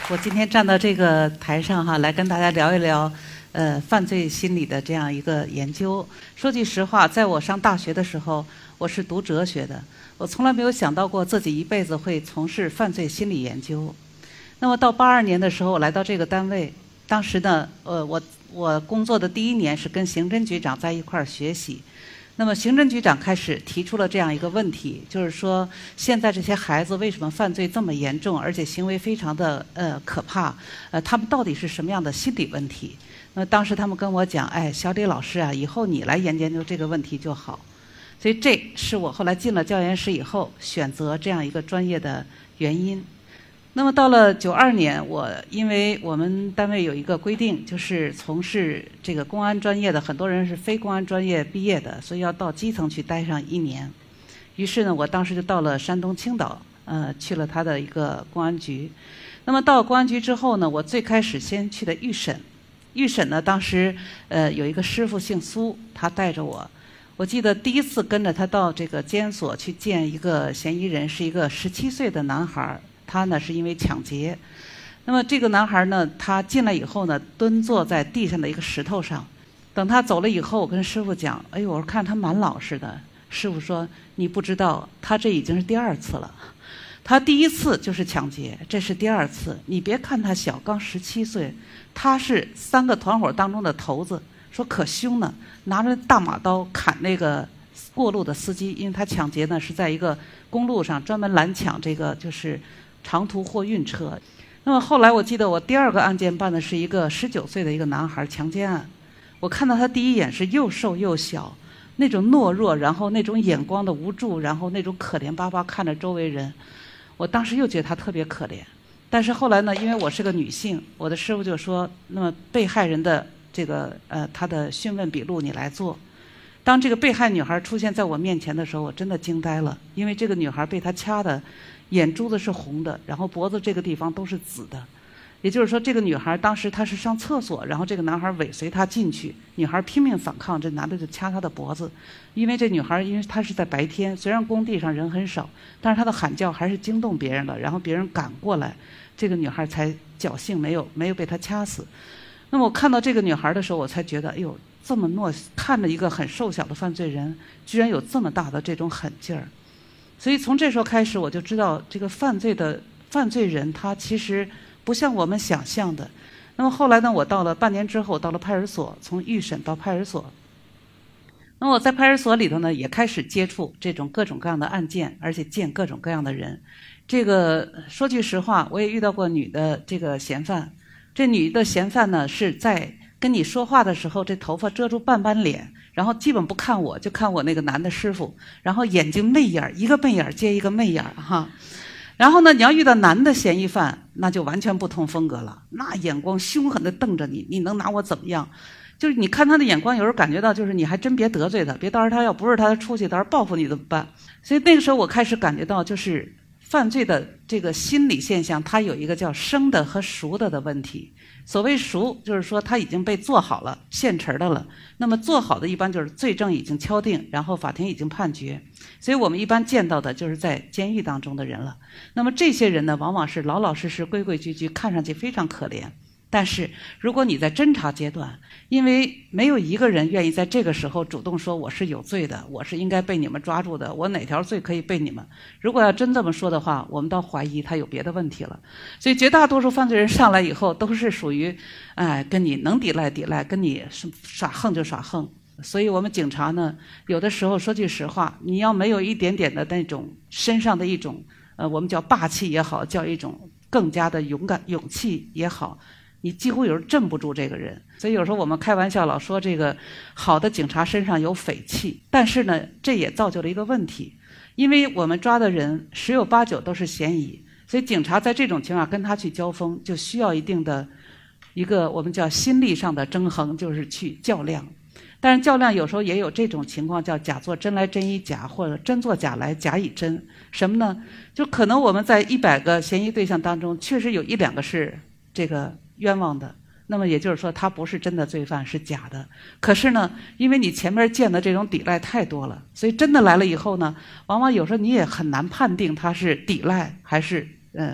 我今天站到这个台上哈，来跟大家聊一聊，犯罪心理的这样一个研究。说句实话，在我上大学的时候，我是读哲学的，我从来没有想到过自己一辈子会从事犯罪心理研究。那么到82年的时候，我来到这个单位，当时呢，我工作的第1年是跟刑侦局长在一块儿学习。那么刑侦局长开始提出了这样一个问题，就是说现在这些孩子为什么犯罪这么严重，而且行为非常的可怕？他们到底是什么样的心理问题？那么当时他们跟我讲，哎，小李老师啊，以后你来研究这个问题就好。所以这是我后来进了教研室以后选择这样一个专业的原因。那么到了92年，因为我们单位有一个规定，就是从事这个公安专业的很多人是非公安专业毕业的，所以要到基层去待上1年。于是呢，我当时就到了山东青岛，去了他的一个公安局。那么到了公安局之后呢，我最开始先去的预审。预审呢，当时有一个师傅姓苏，他带着我。我记得第一次跟着他到这个监所去见一个嫌疑人，是一个17岁的男孩。他呢是因为抢劫，那么这个男孩呢，他进来以后呢，蹲坐在地上的一个石头上。等他走了以后，我跟师傅讲，哎呦，我看他蛮老实的。师傅说，你不知道，他这已经是第2次了。他第1次就是抢劫，这是第2次。你别看他小，刚17岁，他是3个团伙当中的头子，说可凶呢，拿着大马刀砍那个过路的司机，因为他抢劫呢是在一个公路上专门拦抢这个就是长途货运车。那么后来我记得我第2个案件办的是一个19岁的一个男孩强奸案。我看到他第一眼是又瘦又小，那种懦弱，然后那种眼光的无助，然后那种可怜巴巴看着周围人，我当时又觉得他特别可怜。但是后来呢，因为我是个女性，我的师傅就说，那么被害人的这个他的讯问笔录你来做。当这个被害女孩出现在我面前的时候，我真的惊呆了，因为这个女孩被他掐的眼珠子是红的，然后脖子这个地方都是紫的。也就是说，这个女孩当时她是上厕所，然后这个男孩尾随她进去，女孩拼命反抗，这男的就掐她的脖子。因为这女孩，因为她是在白天，虽然工地上人很少，但是她的喊叫还是惊动别人了，然后别人赶过来，这个女孩才侥幸没有被他掐死。那么我看到这个女孩的时候，我才觉得，哎呦，这么看着一个很瘦小的犯罪人，居然有这么大的这种狠劲儿。所以从这时候开始，我就知道这个犯罪人他其实不像我们想象的。那么后来呢，我到了半年之后，到了派出所，从预审到派出所。那么我在派出所里头呢，也开始接触这种各种各样的案件，而且见各种各样的人。这个说句实话，我也遇到过女的这个嫌犯。这女的嫌犯呢，是在跟你说话的时候，这头发遮住半边脸，然后基本不看我，就看我那个男的师傅，然后眼睛媚眼，一个媚眼接一个媚眼哈。然后呢，你要遇到男的嫌疑犯，那就完全不同风格了，那眼光凶狠地瞪着你，你能拿我怎么样？就是你看他的眼光，有时候感觉到就是你还真别得罪他，别到时候他要不是他出去，到时候报复你怎么办？所以那个时候我开始感觉到，就是犯罪的这个心理现象，它有一个叫生的和熟的问题。所谓熟，就是说他已经被做好了，现成的了。那么做好的一般就是罪证已经敲定，然后法庭已经判决。所以我们一般见到的就是在监狱当中的人了。那么这些人呢，往往是老老实实、规规矩矩，看上去非常可怜。但是如果你在侦查阶段，因为没有一个人愿意在这个时候主动说我是有罪的，我是应该被你们抓住的，我哪条罪可以被你们？如果要真这么说的话，我们倒怀疑他有别的问题了。所以绝大多数犯罪人上来以后都是属于，跟你能抵赖抵赖，跟你耍横就耍横。所以我们警察呢，有的时候说句实话，你要没有一点点的那种身上的一种，我们叫霸气也好，叫一种更加的勇气也好，你几乎有时候镇不住这个人。所以有时候我们开玩笑老说这个好的警察身上有匪气，但是呢，这也造就了一个问题，因为我们抓的人10有8九都是嫌疑，所以警察在这种情况下跟他去交锋，就需要一定的一个我们叫心理上的争衡，就是去较量。但是较量有时候也有这种情况，叫假作真来真以假，或者真作假来假以真。什么呢？就可能我们在100个嫌疑对象当中，确实有1、2个是这个冤枉的，那么也就是说他不是真的罪犯，是假的。可是呢，因为你前面见的这种抵赖太多了，所以真的来了以后呢，往往有时候你也很难判定他是抵赖还是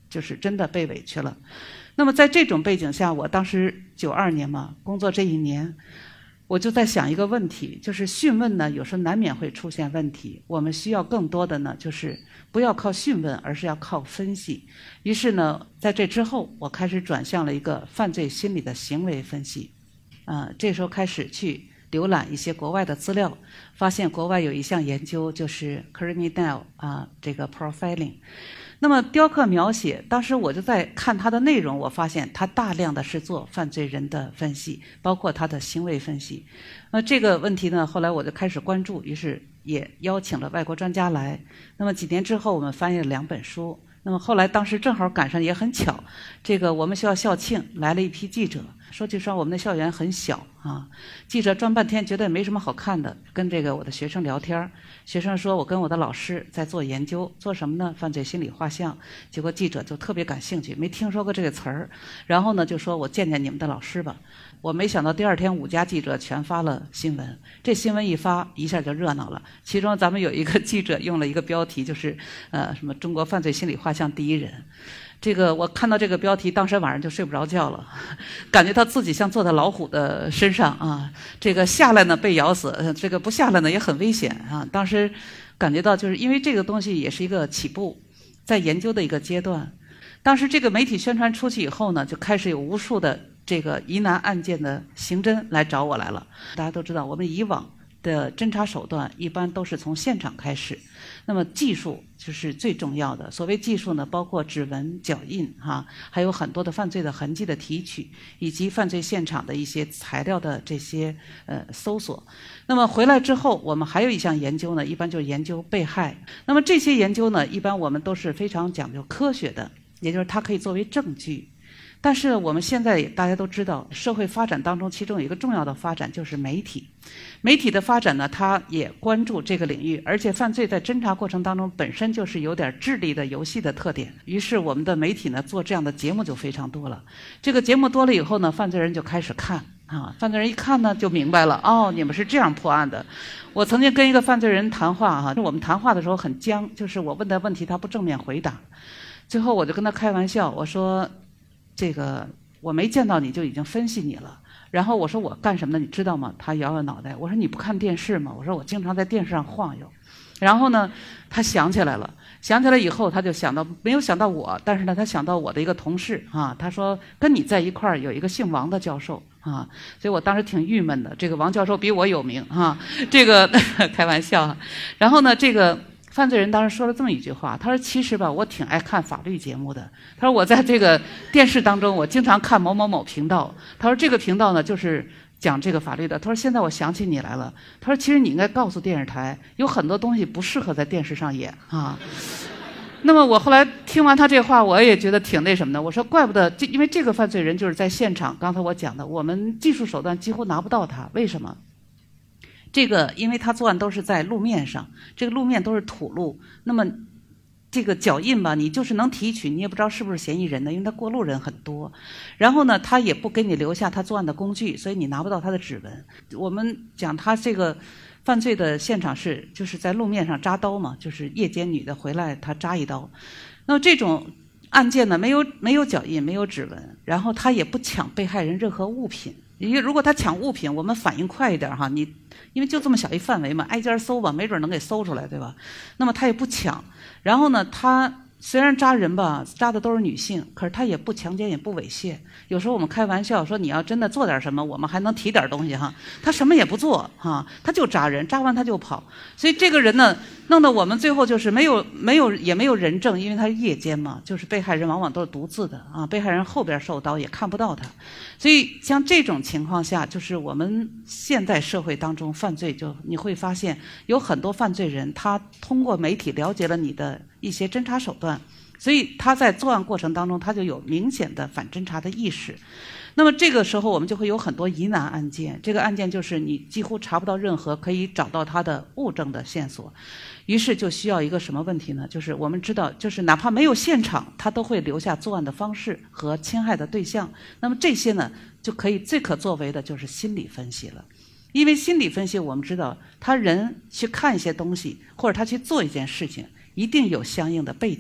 就是真的被委屈了。那么在这种背景下，我当时92年嘛，工作这一年，我就在想一个问题，就是讯问呢，有时候难免会出现问题，我们需要更多的呢，就是不要靠讯问，而是要靠分析。于是呢，在这之后，我开始转向了一个犯罪心理的行为分析。这时候开始去浏览一些国外的资料，发现国外有一项研究，就是 criminal 这个 profiling。那么雕刻描写，当时我就在看它的内容，我发现它大量的是做犯罪人的分析，包括他的行为分析。这个问题呢，后来我就开始关注，于是也邀请了外国专家来。那么几年之后，我们翻译了2本书。那么后来当时正好赶上，也很巧，这个我们学校校庆来了一批记者。说句实话，我们的校园很小记者转半天觉得也没什么好看的，跟这个我的学生聊天，学生说我跟我的老师在做研究，做什么呢？犯罪心理画像。结果记者就特别感兴趣，没听说过这个词儿，然后呢就说我见见你们的老师吧。我没想到第2天5家记者全发了新闻，这新闻一发，一下就热闹了。其中咱们有一个记者用了一个标题，就是什么中国犯罪心理画像第一人。这个我看到这个标题，当时晚上就睡不着觉了，感觉到自己像坐在老虎的身上这个下来呢被咬死，这个不下来呢也很危险当时感觉到，就是因为这个东西也是一个起步，在研究的一个阶段。当时这个媒体宣传出去以后呢，就开始有无数的这个疑难案件的刑侦来找我来了。大家都知道，我们以往的侦查手段一般都是从现场开始，那么技术就是最重要的。所谓技术呢，包括指纹、脚印还有很多的犯罪的痕迹的提取，以及犯罪现场的一些材料的这些搜索。那么回来之后，我们还有一项研究呢，一般就是研究被害。那么这些研究呢，一般我们都是非常讲究科学的，也就是它可以作为证据。但是我们现在大家都知道，社会发展当中，其中有一个重要的发展就是媒体。媒体的发展呢，它也关注这个领域，而且犯罪在侦查过程当中本身就是有点智力的游戏的特点。于是我们的媒体呢，做这样的节目就非常多了。这个节目多了以后呢，犯罪人就开始看犯罪人一看呢，就明白了，你们是这样破案的。我曾经跟一个犯罪人谈话我们谈话的时候很僵，就是我问他问题，他不正面回答。最后我就跟他开玩笑，我说这个我没见到你就已经分析你了。然后我说我干什么的你知道吗？他摇摇脑袋。我说你不看电视吗？我说我经常在电视上晃悠。然后呢，他想起来了，想起来以后他就想到，没有想到我，但是呢他想到我的一个同事他说跟你在一块儿有一个姓王的教授所以我当时挺郁闷的。这个王教授比我有名这个开玩笑然后呢，这个犯罪人当时说了这么一句话，他说其实吧，我挺爱看法律节目的。他说我在这个电视当中，我经常看某某某频道。他说这个频道呢，就是讲这个法律的。他说现在我想起你来了。他说其实你应该告诉电视台，有很多东西不适合在电视上演那么我后来听完他这话，我也觉得挺那什么的。我说怪不得，因为这个犯罪人就是在现场，刚才我讲的，我们技术手段几乎拿不到他。为什么？这个因为他作案都是在路面上，这个路面都是土路，那么这个脚印吧，你就是能提取，你也不知道是不是嫌疑人的，因为他过路人很多。然后呢，他也不给你留下他作案的工具，所以你拿不到他的指纹。我们讲他这个犯罪的现场就是在路面上扎刀嘛，就是夜间女的回来他扎一刀。那么这种案件呢，没有脚印，没有指纹，然后他也不抢被害人任何物品。因为如果他抢物品，我们反应快一点因为就这么小一范围嘛，挨家搜吧，没准能给搜出来，对吧？那么他也不抢，然后呢，他虽然扎人吧，扎的都是女性，可是他也不强奸，也不猥亵。有时候我们开玩笑说，你要真的做点什么，我们还能提点东西他什么也不做他就扎人，扎完他就跑。所以这个人呢，弄得我们最后就是没有人证，因为他是夜间嘛，就是被害人往往都是独自的被害人后边受刀也看不到他。所以像这种情况下，就是我们现代社会当中犯罪，就你会发现有很多犯罪人，他通过媒体了解了你的一些侦查手段，所以他在作案过程当中，他就有明显的反侦查的意识。那么这个时候我们就会有很多疑难案件，这个案件就是你几乎查不到任何可以找到他的物证的线索，于是就需要一个什么问题呢？就是我们知道，就是哪怕没有现场，他都会留下作案的方式和侵害的对象。那么这些呢，就可以最可作为的就是心理分析了。因为心理分析我们知道，他人去看一些东西，或者他去做一件事情，一定有相应的背景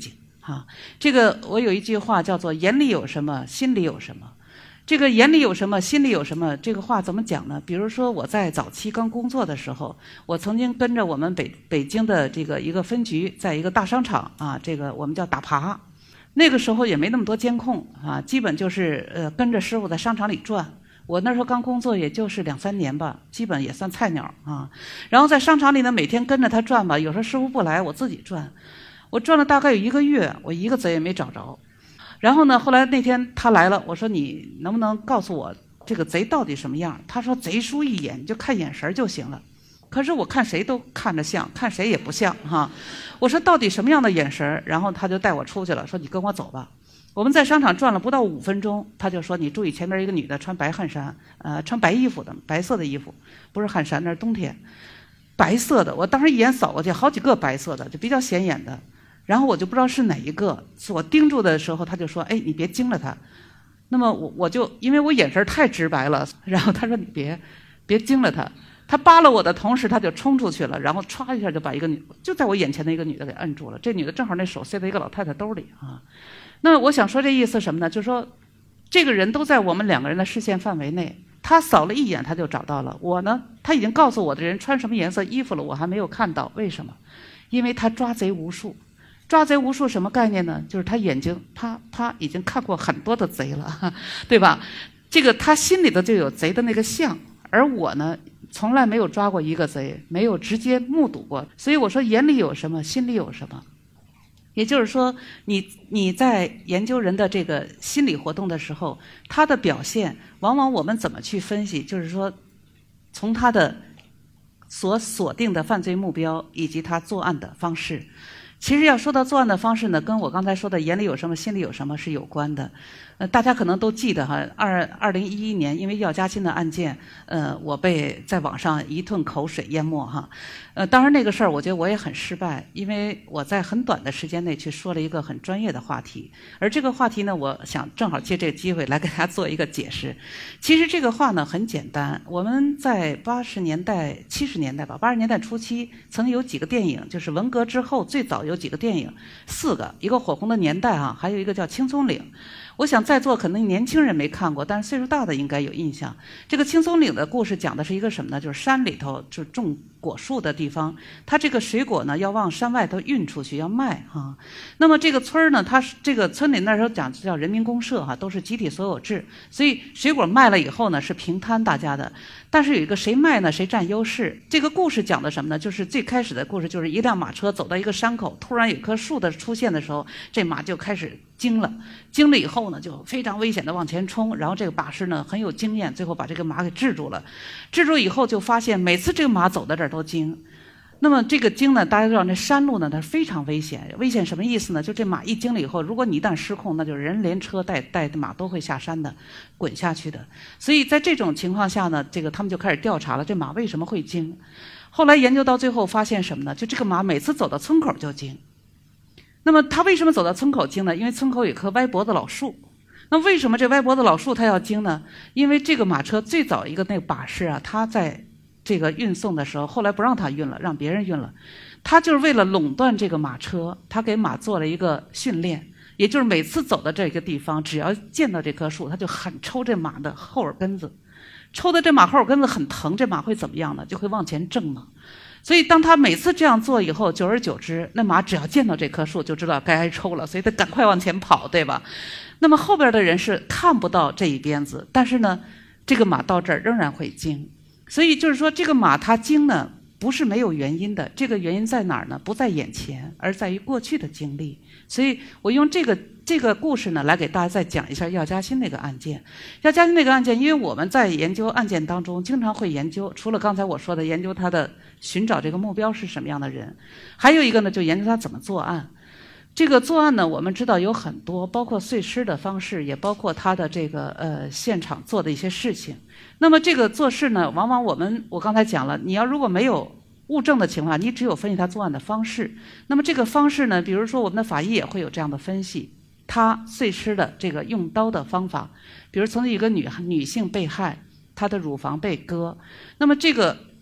哈。这个我有一句话叫做眼里有什么，心里有什么。这个眼里有什么，心里有什么，这个话怎么讲呢？比如说我在早期刚工作的时候，我曾经跟着我们北京的这个一个分局，在一个大商场啊，这个我们叫打耙。那个时候也没那么多监控啊，基本就是跟着师傅在商场里转。我那时候刚工作，也就是2、3年吧，基本也算菜鸟啊。然后在商场里呢，每天跟着他转吧，有时候师傅不来，我自己转。我转了大概有1个月，我一个贼也没找着。然后呢，后来那天他来了，我说你能不能告诉我这个贼到底什么样？他说贼叔一眼就看眼神就行了。可是我看谁都看着像，看谁也不像哈。我说到底什么样的眼神？然后他就带我出去了，说你跟我走吧。我们在商场转了不到5分钟，他就说你注意前面一个女的穿白汗衫，穿白衣服的，白色的衣服，不是汗衫，那是冬天，白色的。我当时一眼扫过去，好几个白色的，就比较显眼的。然后我就不知道是哪一个，我盯住的时候，他就说：“哎，你别惊了他。”那么我就因为我眼神太直白了，然后他说：“你别惊了他。”他扒了我的同时，他就冲出去了，然后歘一下就把一个就在我眼前的一个女的给摁住了。这女的正好那手塞在一个老太太兜里啊。那我想说这意思什么呢？就是说，这个人都在我们2个人的视线范围内，他扫了一眼他就找到了。我呢，他已经告诉我的人穿什么颜色衣服了，我还没有看到，为什么？因为他抓贼无数。抓贼无数什么概念呢？就是他眼睛他已经看过很多的贼了，对吧？这个他心里头就有贼的那个像，而我呢，从来没有抓过一个贼，没有直接目睹过。所以我说眼里有什么，心里有什么。也就是说，你在研究人的这个心理活动的时候，他的表现往往我们怎么去分析？就是说，从他的所锁定的犯罪目标以及他作案的方式。其实要说到作案的方式呢，跟我刚才说的眼里有什么心里有什么是有关的。大家可能都记得哈，2011年因为药家鑫的案件，我被在网上一顿口水淹没哈。当然那个事儿我觉得我也很失败，因为我在很短的时间内去说了一个很专业的话题，而这个话题呢，我想正好借这个机会来给大家做一个解释。其实这个话呢很简单，我们在80年代、70年代吧，80年代初期曾经有几个电影，就是文革之后最早有几个电影，4个，一个火红的年代啊，还有一个叫青松岭。我想在座可能年轻人没看过，但是岁数大的应该有印象。这个青松岭的故事讲的是一个什么呢？就是山里头就种果树的地方，它这个水果呢要往山外头运出去，要卖哈。那么这个村儿呢，它这个村里那时候讲叫人民公社哈，都是集体所有制，所以水果卖了以后呢是平摊大家的。但是有一个谁卖呢谁占优势。这个故事讲的什么呢？就是最开始的故事就是一辆马车走到一个山口，突然有棵树的出现的时候，这马就开始惊了，惊了以后呢就非常危险的往前冲，然后这个把式呢很有经验，最后把这个马给制住了。制住以后就发现每次这个马走到这儿都惊。那么这个惊呢，大家知道那山路呢它非常危险，危险什么意思呢？就这马一惊了以后，如果你一旦失控，那就是人连车带马都会下山的，滚下去的。所以在这种情况下呢，这个他们就开始调查了，这马为什么会惊？后来研究到最后发现什么呢？就这个马每次走到村口就惊。那么它为什么走到村口惊呢？因为村口有一棵歪脖子老树。那为什么这歪脖子老树它要惊呢？因为这个马车最早一个那个把式啊，它在这个运送的时候，后来不让他运了，让别人运了。他就是为了垄断这个马车，他给马做了一个训练，也就是每次走到这个地方，只要见到这棵树，他就狠抽这马的后耳根子，抽的这马后耳根子很疼，这马会怎么样呢？就会往前挣嘛。所以当他每次这样做以后，久而久之，那马只要见到这棵树就知道该挨抽了，所以他赶快往前跑，对吧？那么后边的人是看不到这一鞭子，但是呢，这个马到这儿仍然会惊。所以就是说，这个马它惊呢，不是没有原因的。这个原因在哪儿呢？不在眼前，而在于过去的经历。所以我用这个故事呢，来给大家再讲一下药家鑫那个案件。药家鑫那个案件，因为我们在研究案件当中，经常会研究，除了刚才我说的研究他的寻找这个目标是什么样的人，还有一个呢，就研究他怎么作案。这个作案呢，我们知道有很多，包括碎尸的方式，也包括他的这个现场做的一些事情。那么这个做事呢，往往我刚才讲了，你要如果没有物证的情况，你只有分析他作案的方式。那么这个方式呢，比如说我们的法医也会有这样的分析，他碎尸的这个用刀的方法，比如曾经有一个女性被害，她的乳房被割，那么这个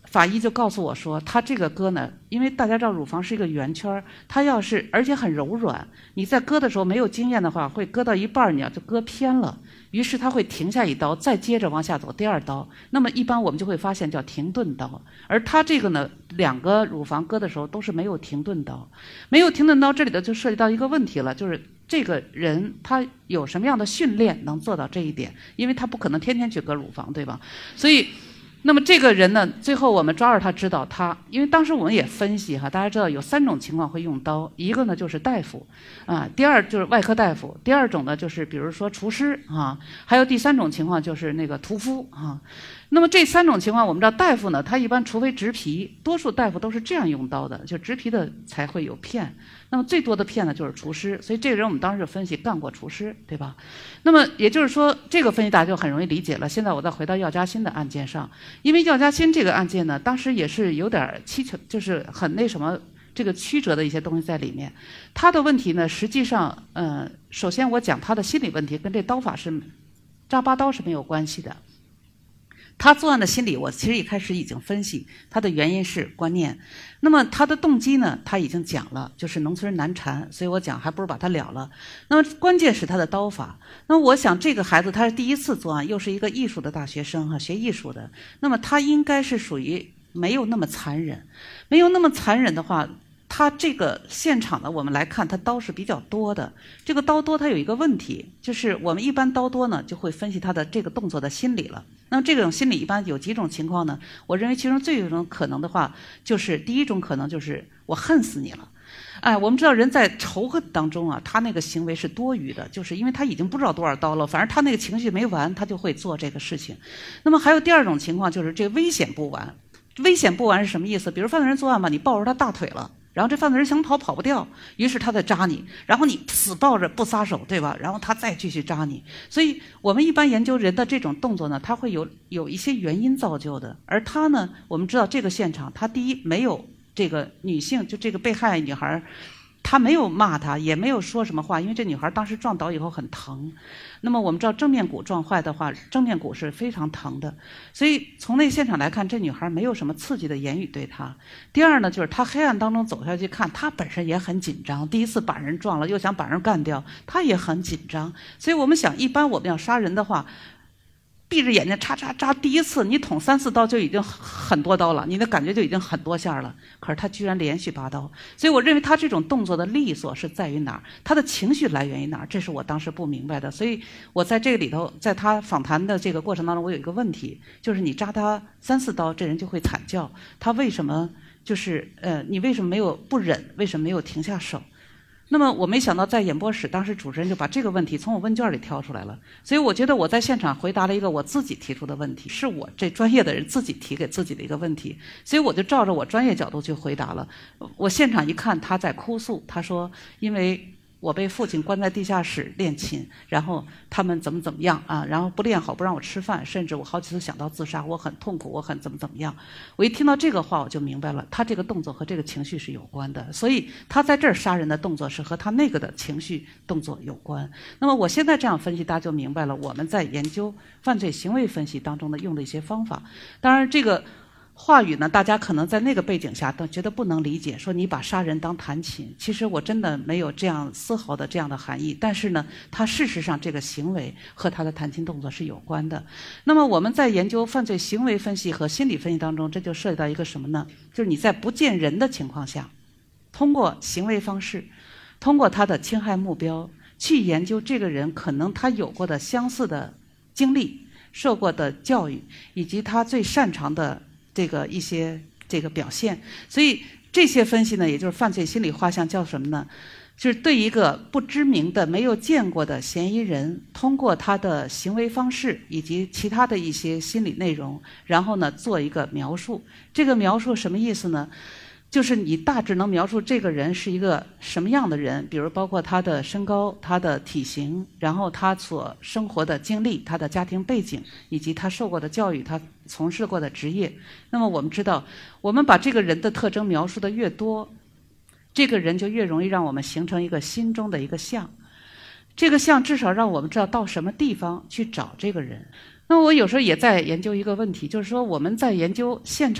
法医就告诉我说，他这个割呢，因为大家知道乳房是一个圆圈，它要是而且很柔软，你在割的时候没有经验的话，会割到一半你要就割偏了，于是他会停下一刀，再接着往下走第二刀。那么一般我们就会发现叫停顿刀，而他这个呢，2个乳房割的时候都是没有停顿刀，没有停顿刀，这里头就涉及到一个问题了，就是这个人他有什么样的训练能做到这一点？因为他不可能天天去割乳房，对吧？所以。那么这个人呢，最后我们抓着他知道他，因为当时我们也分析哈，大家知道有3种情况会用刀，一个呢就是大夫，第二就是外科大夫，第二种呢就是比如说厨师啊，还有第3种情况就是那个屠夫啊。那么这3种情况，我们知道大夫呢，他一般除非植皮，多数大夫都是这样用刀的，就植皮的才会有片。那么最多的片呢就是厨师，所以这个人我们当时就分析干过厨师，对吧？那么也就是说，这个分析大家就很容易理解了。现在我再回到药家鑫的案件上，因为药家鑫这个案件呢，当时也是有点蹊跷，就是很那什么。这个曲折的一些东西在里面，他的问题呢，实际上，首先我讲他的心理问题跟这刀法是扎8刀是没有关系的。他作案的心理，我其实一开始已经分析，他的原因是观念。那么他的动机呢，他已经讲了，就是农村难缠，所以我讲还不如把他了了。那么关键是他的刀法。那么我想这个孩子他是第一次作案，又是一个艺术的大学生哈，学艺术的，那么他应该是属于没有那么残忍，没有那么残忍的话。他这个现场呢，我们来看，他刀是比较多的。这个刀多，它有一个问题，就是我们一般刀多呢，就会分析他的这个动作的心理了。那么这种心理一般有几种情况呢？我认为其中最有一种可能的话，就是第一种可能就是我恨死你了。我们知道人在仇恨当中啊，他那个行为是多余的，就是因为他已经不知道多少刀了，反正他那个情绪没完，他就会做这个事情。那么还有第二种情况，就是这危险不完。危险不完是什么意思？比如犯罪人作案嘛，你抱着他大腿了。然后这犯罪人想跑跑不掉，于是他再扎你，然后你死抱着不撒手，对吧？然后他再继续扎你。所以我们一般研究人的这种动作呢，他会有一些原因造就的。而他呢，我们知道这个现场，他第一没有这个女性，就这个被害女孩，他没有骂他，也没有说什么话，因为这女孩当时撞倒以后很疼。那么我们知道正面骨撞坏的话，正面骨是非常疼的，所以从那现场来看，这女孩没有什么刺激的言语对她。第二呢，就是她黑暗当中走下去看，她本身也很紧张，第一次把人撞了，又想把人干掉，她也很紧张。所以我们想，一般我们要杀人的话，闭着眼睛插插扎，第一次你捅3、4刀就已经很多刀了，你的感觉就已经很多下了。可是他居然连续8刀，所以我认为他这种动作的利索是在于哪儿？他的情绪来源于哪儿？这是我当时不明白的。所以我在这个里头，在他访谈的这个过程当中，我有一个问题，就是你扎他3、4刀，这人就会惨叫，他为什么就是你为什么没有不忍？为什么没有停下手？那么我没想到在演播室，当时主持人就把这个问题从我问卷里挑出来了，所以我觉得我在现场回答了一个我自己提出的问题，是我这专业的人自己提给自己的一个问题，所以我就照着我专业角度去回答了。我现场一看他在哭诉，他说因为我被父亲关在地下室练琴，然后他们怎么样啊，然后不练好不让我吃饭，甚至我好几次想到自杀，我很痛苦，我很怎么样。我一听到这个话我就明白了，他这个动作和这个情绪是有关的，所以他在这儿杀人的动作是和他那个的情绪动作有关。那么我现在这样分析，大家就明白了我们在研究犯罪行为分析当中的用的一些方法。当然这个话语呢，大家可能在那个背景下都觉得不能理解，说你把杀人当弹琴，其实我真的没有这样丝毫的这样的含义。但是呢，它事实上这个行为和他的弹琴动作是有关的。那么我们在研究犯罪行为分析和心理分析当中，这就涉及到一个什么呢？就是你在不见人的情况下，通过行为方式，通过他的侵害目标，去研究这个人可能他有过的相似的经历、受过的教育，以及他最擅长的这个一些这个表现。所以这些分析呢，也就是犯罪心理画像叫什么呢？就是对一个不知名的没有见过的嫌疑人，通过他的行为方式以及其他的一些心理内容，然后呢做一个描述。这个描述什么意思呢？就是你大致能描述这个人是一个什么样的人，比如包括他的身高、他的体型，然后他所生活的经历、他的家庭背景，以及他受过的教育、他从事过的职业。那么我们知道，我们把这个人的特征描述的越多，这个人就越容易让我们形成一个心中的一个像。这个像至少让我们知道到什么地方去找这个人。那我有时候也在研究一个问题，就是说我们在研究现场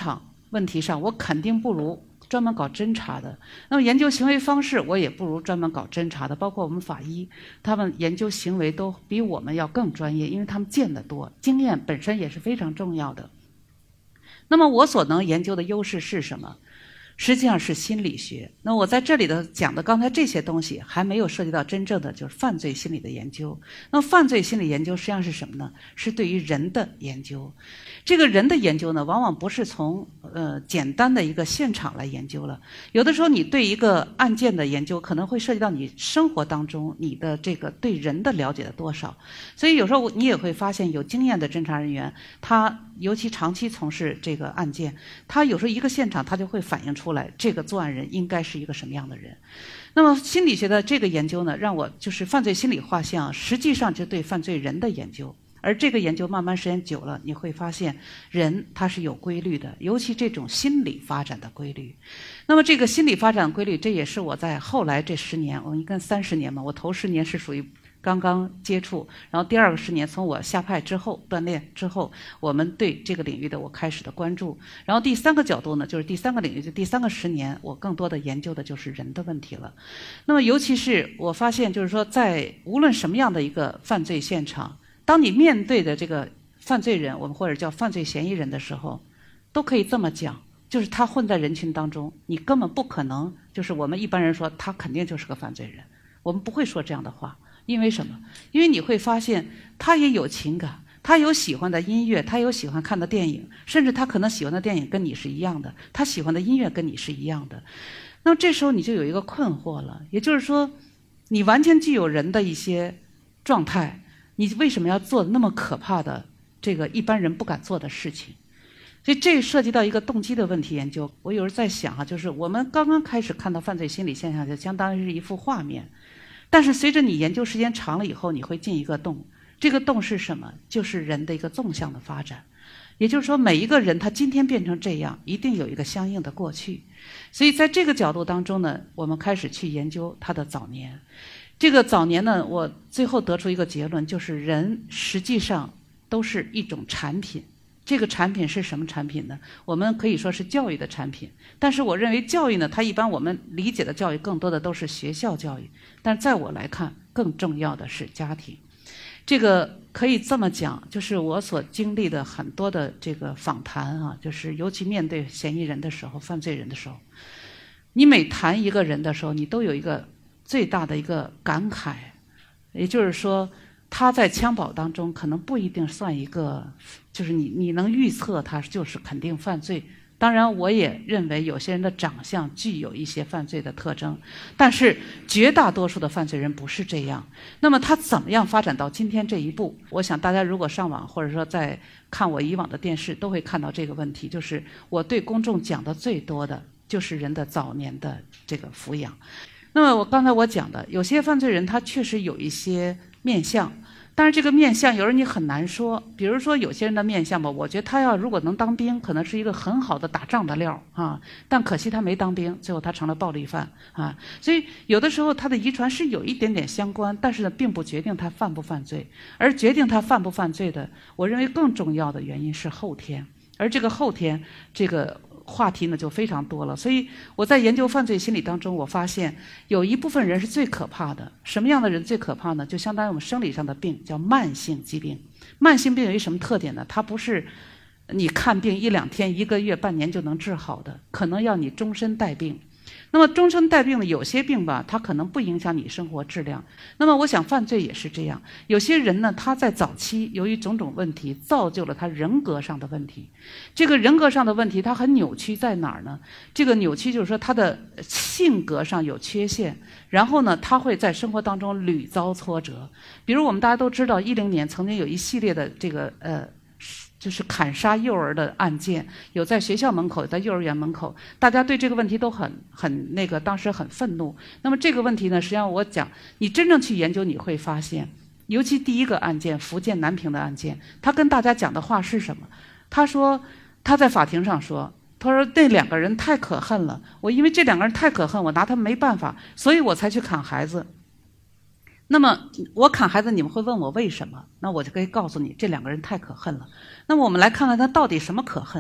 问题上，我肯定不如专门搞侦查的。那么研究行为方式，我也不如专门搞侦查的。包括我们法医，他们研究行为都比我们要更专业，因为他们见得多，经验本身也是非常重要的。那么我所能研究的优势是什么？实际上是心理学。那我在这里的讲的刚才这些东西，还没有涉及到真正的就是犯罪心理的研究。那犯罪心理研究实际上是什么呢？是对于人的研究。这个人的研究呢，往往不是从简单的一个现场来研究了。有的时候你对一个案件的研究，可能会涉及到你生活当中你的这个对人的了解的多少。所以有时候你也会发现，有经验的侦查人员，他尤其长期从事这个案件，他有时候一个现场他就会反映出来这个作案人应该是一个什么样的人。那么心理学的这个研究呢，让我就是犯罪心理画像，实际上就对犯罪人的研究。而这个研究慢慢时间久了，你会发现人他是有规律的，尤其这种心理发展的规律。那么这个心理发展规律，这也是我在后来这10年，我应该30年嘛，我头10年是属于刚刚接触，然后第二个10年从我下派之后锻炼之后，我们对这个领域的我开始的关注。然后第三个角度呢，就是第三个领域，就第三个10年，我更多的研究的就是人的问题了。那么尤其是我发现，就是说在无论什么样的一个犯罪现场，当你面对的这个犯罪人，我们或者叫犯罪嫌疑人的时候，都可以这么讲，就是他混在人群当中，你根本不可能，就是我们一般人说他肯定就是个犯罪人，我们不会说这样的话。因为什么？因为你会发现他也有情感，他有喜欢的音乐，他有喜欢看的电影，甚至他可能喜欢的电影跟你是一样的，他喜欢的音乐跟你是一样的。那么这时候你就有一个困惑了，也就是说你完全具有人的一些状态，你为什么要做那么可怕的这个一般人不敢做的事情？所以这涉及到一个动机的问题研究。我有时候在想就是我们刚刚开始看到犯罪心理现象，就相当于是一幅画面，但是随着你研究时间长了以后，你会进一个洞。这个洞是什么？就是人的一个纵向的发展。也就是说，每一个人他今天变成这样，一定有一个相应的过去。所以在这个角度当中呢，我们开始去研究他的早年。这个早年呢，我最后得出一个结论，就是人实际上都是一种产品。这个产品是什么产品呢？我们可以说是教育的产品。但是我认为教育呢，它一般我们理解的教育更多的都是学校教育。但是在我来看，更重要的是家庭。这个可以这么讲，就是我所经历的很多的这个访谈啊，就是尤其面对嫌疑人的时候、犯罪人的时候，你每谈一个人的时候，你都有一个最大的一个感慨，也就是说他在襁褓当中可能不一定算一个，就是你能预测他就是肯定犯罪。当然我也认为有些人的长相具有一些犯罪的特征，但是绝大多数的犯罪人不是这样。那么他怎么样发展到今天这一步？我想大家如果上网或者说在看我以往的电视，都会看到这个问题，就是我对公众讲的最多的就是人的早年的这个抚养。那么刚才我讲的，有些犯罪人他确实有一些面相，但是这个面相有时候你很难说。比如说有些人的面相吧，我觉得他要如果能当兵，可能是一个很好的打仗的料啊，但可惜他没当兵，最后他成了暴力犯啊。所以有的时候他的遗传是有一点点相关，但是呢，并不决定他犯不犯罪。而决定他犯不犯罪的，我认为更重要的原因是后天。而这个后天，这个话题呢就非常多了。所以我在研究犯罪心理当中，我发现有一部分人是最可怕的。什么样的人最可怕呢？就相当于我们生理上的病，叫慢性疾病。慢性病有一什么特点呢？它不是你看病1、2天、1个月、半年就能治好的，可能要你终身带病。那么终身带病的有些病吧，它可能不影响你生活质量。那么我想犯罪也是这样，有些人呢，他在早期由于种种问题，造就了他人格上的问题。这个人格上的问题，他很扭曲在哪儿呢？这个扭曲就是说他的性格上有缺陷，然后呢，他会在生活当中屡遭挫折。比如我们大家都知道，10年曾经有一系列的这个就是砍杀幼儿的案件，有在学校门口，有在幼儿园门口，大家对这个问题都很那个，当时很愤怒。那么这个问题呢，实际上我讲，你真正去研究，你会发现，尤其第一个案件，福建南平的案件，他跟大家讲的话是什么？他说他在法庭上说，他说那2个人太可恨了，我因为这2个人太可恨，我拿他们没办法，所以我才去砍孩子。那么我砍孩子，你们会问我为什么？那我就可以告诉你，这2个人太可恨了。那么我们来看看他到底什么可恨。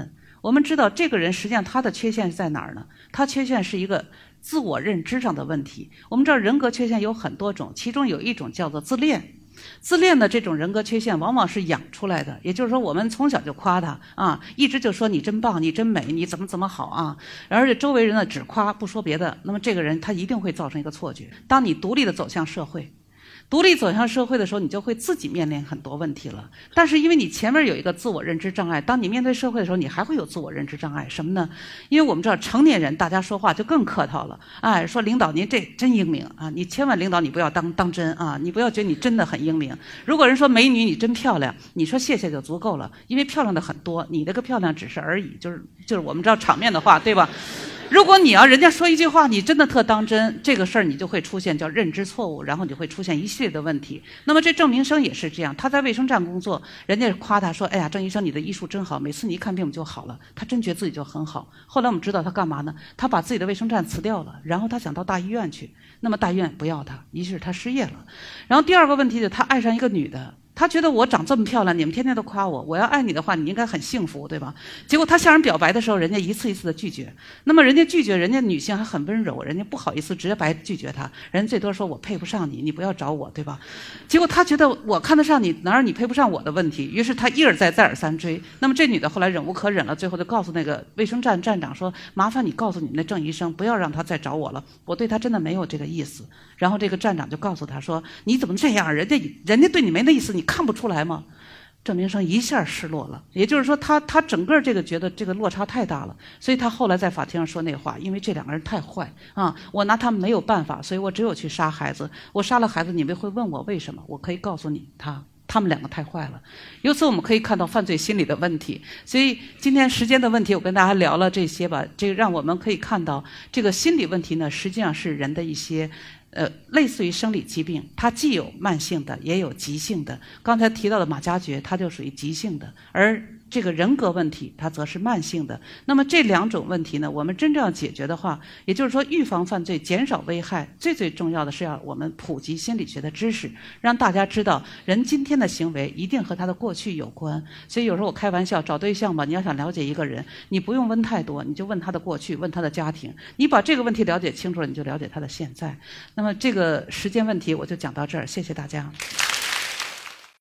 我们知道这个人实际上他的缺陷是在哪儿呢？他缺陷是一个自我认知上的问题。我们知道人格缺陷有很多种，其中有一种叫做自恋。自恋的这种人格缺陷往往是养出来的，也就是说我们从小就夸他啊，一直就说你真棒，你真美，你怎么好啊，而且周围人呢只夸不说别的，那么这个人他一定会造成一个错觉。当你独立的走向社会，独立走向社会的时候，你就会自己面临很多问题了。但是因为你前面有一个自我认知障碍，当你面对社会的时候，你还会有自我认知障碍。什么呢？因为我们知道成年人大家说话就更客套了，哎，说领导您这真英明啊，你千万领导你不要当真啊，你不要觉得你真的很英明。如果人说美女你真漂亮，你说谢谢就足够了，因为漂亮的很多，你这个漂亮只是而已，就是我们知道场面的话，对吧？如果你要人家说一句话，你真的特当真，这个事儿你就会出现叫认知错误，然后你会出现一系列的问题。那么这郑明生也是这样，他在卫生站工作，人家夸他说：“哎呀，郑医生你的医术真好，每次你一看病就好了。”他真觉得自己就很好。后来我们知道他干嘛呢？他把自己的卫生站辞掉了，然后他想到大医院去，那么大医院不要他，于是他失业了。然后第二个问题就是他爱上一个女的。他觉得我长这么漂亮，你们天天都夸我，我要爱你的话，你应该很幸福，对吧？结果他向人表白的时候，人家一次一次的拒绝。那么人家拒绝，人家女性还很温柔，人家不好意思直接白拒绝他，人家最多说我配不上你，你不要找我，对吧？结果他觉得我看得上你，哪有你配不上我的问题？于是他一而再再而三追。那么这女的后来忍无可忍了，最后就告诉那个卫生站站长说：“麻烦你告诉你们的郑医生，不要让他再找我了，我对他真的没有这个意思。”然后这个站长就告诉他说：“你怎么这样？人家对你没那意思，你看不出来吗？”郑明生一下失落了，也就是说他整个这个觉得这个落差太大了，所以他后来在法庭上说那话，因为这两个人太坏啊，我拿他们没有办法，所以我只有去杀孩子。我杀了孩子，你们会问我为什么？我可以告诉你，他们两个太坏了。由此我们可以看到犯罪心理的问题。所以今天时间的问题，我跟大家聊了这些吧，这个让我们可以看到这个心理问题呢，实际上是人的一些类似于生理疾病，它既有慢性的，也有急性的。刚才提到的马加爵，它就属于急性的，而这个人格问题，它则是慢性的。那么这两种问题呢，我们真正要解决的话，也就是说预防犯罪、减少危害，最重要的是要我们普及心理学的知识，让大家知道人今天的行为一定和他的过去有关。所以有时候我开玩笑，找对象吧，你要想了解一个人，你不用问太多，你就问他的过去，问他的家庭，你把这个问题了解清楚了，你就了解他的现在。那么这个时间问题我就讲到这儿，谢谢大家。